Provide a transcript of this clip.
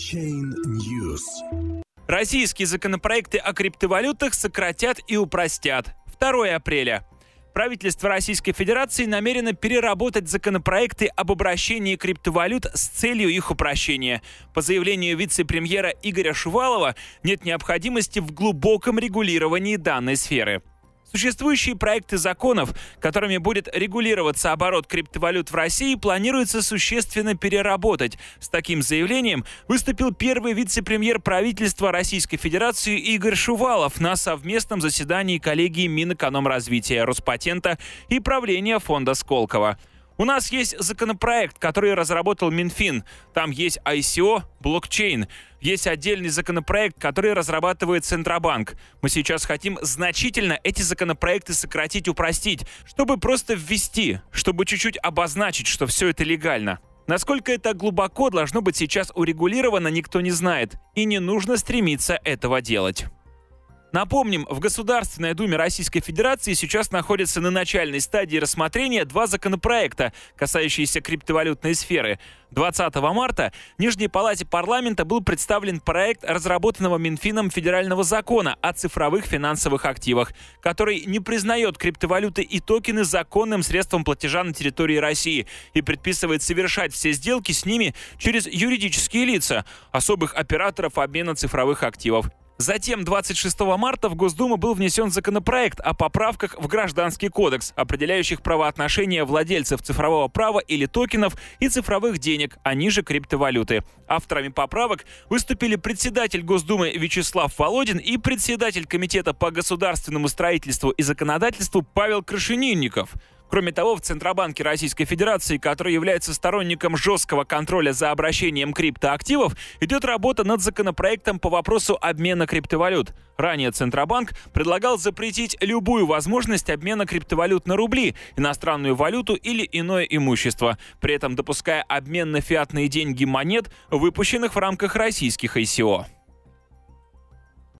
Blockchain News. Российские законопроекты о криптовалютах сократят и упростят. 2 апреля. Правительство Российской Федерации намерено переработать законопроекты об обращении криптовалют с целью их упрощения. По заявлению вице-премьера Игоря Шувалова, нет необходимости в глубоком регулировании данной сферы. Существующие проекты законов, которыми будет регулироваться оборот криптовалют в России, планируется существенно переработать. С таким заявлением выступил первый вице-премьер правительства Российской Федерации Игорь Шувалов на совместном заседании коллегии Минэкономразвития, Роспатента и правления фонда Сколково. У нас есть законопроект, который разработал Минфин. Там есть ICO, блокчейн. Есть отдельный законопроект, который разрабатывает Центробанк. Мы сейчас хотим значительно эти законопроекты сократить, упростить, чтобы просто ввести, чтобы чуть-чуть обозначить, что все это легально. Насколько это глубоко должно быть сейчас урегулировано, никто не знает. И не нужно стремиться этого делать. Напомним, в Государственной Думе Российской Федерации сейчас находятся на начальной стадии рассмотрения 2 законопроекта, касающиеся криптовалютной сферы. 20 марта в Нижней Палате парламента был представлен проект разработанного Минфином федерального закона о цифровых финансовых активах, который не признает криптовалюты и токены законным средством платежа на территории России и предписывает совершать все сделки с ними через юридические лица, особых операторов обмена цифровых активов. Затем 26 марта в Госдуму был внесен законопроект о поправках в Гражданский кодекс, определяющих правоотношения владельцев цифрового права или токенов и цифровых денег, они же криптовалюты. Авторами поправок выступили председатель Госдумы Вячеслав Володин и председатель Комитета по государственному строительству и законодательству Павел Крашенинников. Кроме того, в Центробанке Российской Федерации, который является сторонником жесткого контроля за обращением криптоактивов, идет работа над законопроектом по вопросу обмена криптовалют. Ранее Центробанк предлагал запретить любую возможность обмена криптовалют на рубли, иностранную валюту или иное имущество, при этом допуская обмен на фиатные деньги монет, выпущенных в рамках российских ICO.